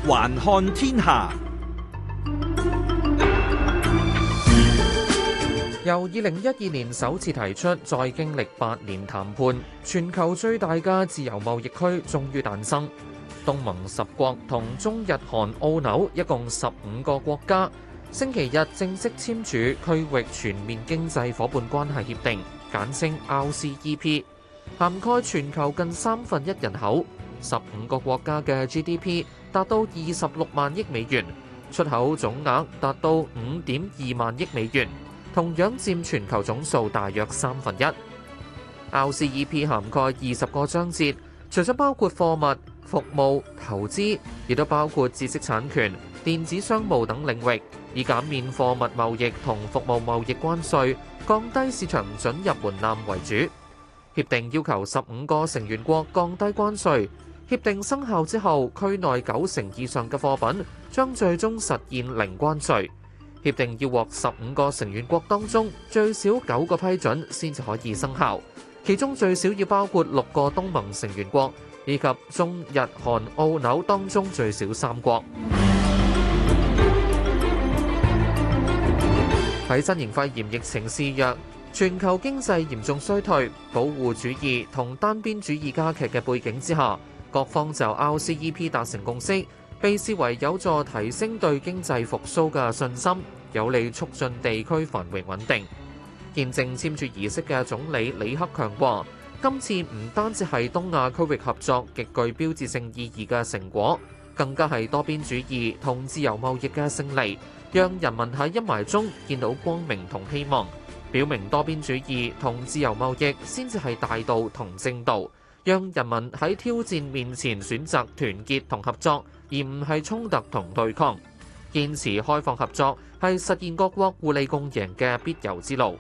環看天下。 由2012年首次提出，再經歷8年談判，全球最大嘅自由貿易區終於誕生。東盟10國同中日韓澳紐一共15個國家，星期日正式簽署區域全面經濟夥伴關係協定，簡稱 RCEP， 涵蓋全球近1/3人口，15個國家嘅 GDP 達到26萬億美元，出口總額達到5.2萬億美元。同樣佔全球總數大約1/3。RCEP 涵蓋20個章節，除咗包括貨物、服務、投資，亦都包括知識產權、電子商務等領域，以減免貨物貿易同服務貿易關稅，降低市場准入門檻為主。協定要求15個成員國降低關稅。協定生效之後，區內90%以上嘅貨品將最終實現零關稅。協定要獲15個成員國當中最少9個批准先至可以生效，其中最少要包括6個東盟成員國，以及中日韓澳紐當中最少3國。喺新型肺炎疫情肆虐、全球經濟嚴重衰退、保護主義同單邊主義加劇嘅背景之下，各方就 RCEP 達成共識，被視為有助提升對經濟復甦嘅信心，有利促進地區繁榮穩定。見證簽署儀式嘅總理李克強話：今次唔單止係東亞區域合作極具標誌性意義嘅成果，更加係多邊主義同自由貿易嘅勝利，讓人民喺陰霾中見到光明同希望，表明多邊主義同自由貿易先至係大道同正道，讓人民喺挑戰面前選擇團結同合作，而唔係衝突同對抗。堅持開放合作係實現各國互利共贏嘅必由之路。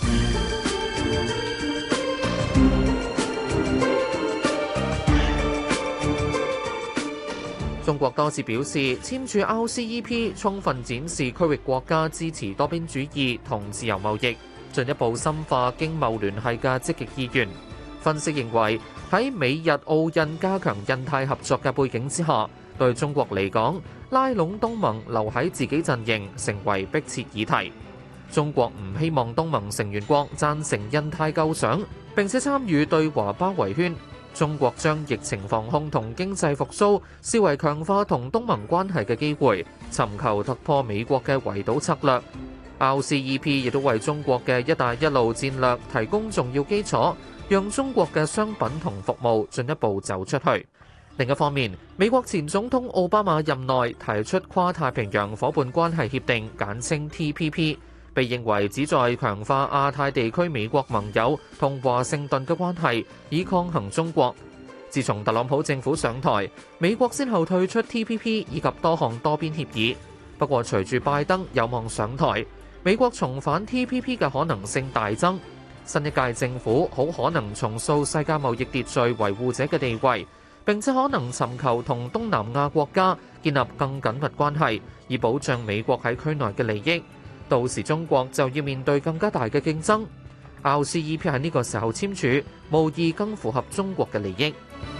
中國多次表示，簽署 RCEP 充分展示區域國家支持多邊主義同自由貿易，進一步深化經貿聯繫嘅積極意願。分析認為，喺美日澳印加強印太合作嘅背景之下，對中國嚟講，拉攏東盟留喺自己陣營成為迫切議題。中國唔希望東盟成員國贊成印太構想，並且參與對華包圍圈。中國將疫情防控同經濟復甦視為強化同東盟關係嘅機會，尋求突破美國嘅圍堵策略。RCEP 亦都為中國嘅一帶一路戰略提供重要基礎，讓中國嘅商品同服務進一步走出去。另一方面，美國前總統奧巴馬任內提出跨太平洋夥伴關係協定，簡稱 TPP， 被認為旨在強化亞太地區美國盟友同華盛頓嘅關係，以抗衡中國。自從特朗普政府上台，美國先後退出 TPP 以及多項多邊協議。不過隨住拜登有望上台，美國重返 TPP 嘅可能性大增。新一屆政府好可能重塑世界貿易秩序維護者嘅地位，並且可能尋求同東南亞國家建立更緊密關係，以保障美國喺區內嘅利益。到時中國就要面對更加大嘅競爭。RCEP 喺呢個時候簽署，無疑更符合中國嘅利益。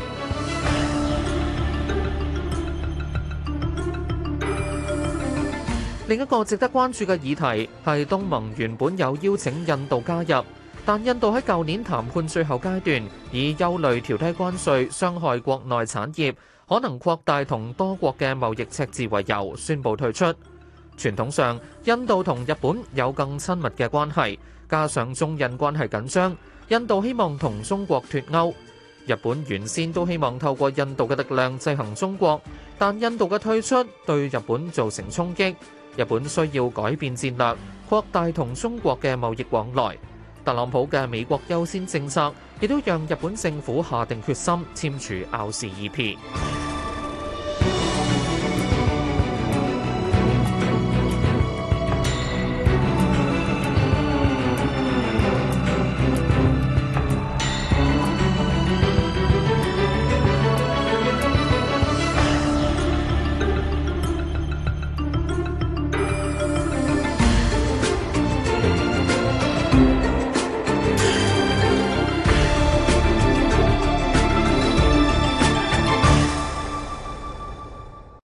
另一個值得關注嘅議題係東盟原本有邀請印度加入，但印度喺舊年談判最後階段，以憂慮調低關稅傷害國內產業，可能擴大同多國嘅貿易赤字為由，宣布退出。傳統上，印度同日本有更親密嘅關係，加上中印關係緊張，印度希望同中國脫鈎。日本原先都希望透過印度嘅力量制衡中國，但印度嘅退出對日本造成衝擊，日本需要改變戰略，擴大同中國嘅貿易往來。特朗普嘅美國優先政策亦都讓日本政府下定決心簽署 RCEP。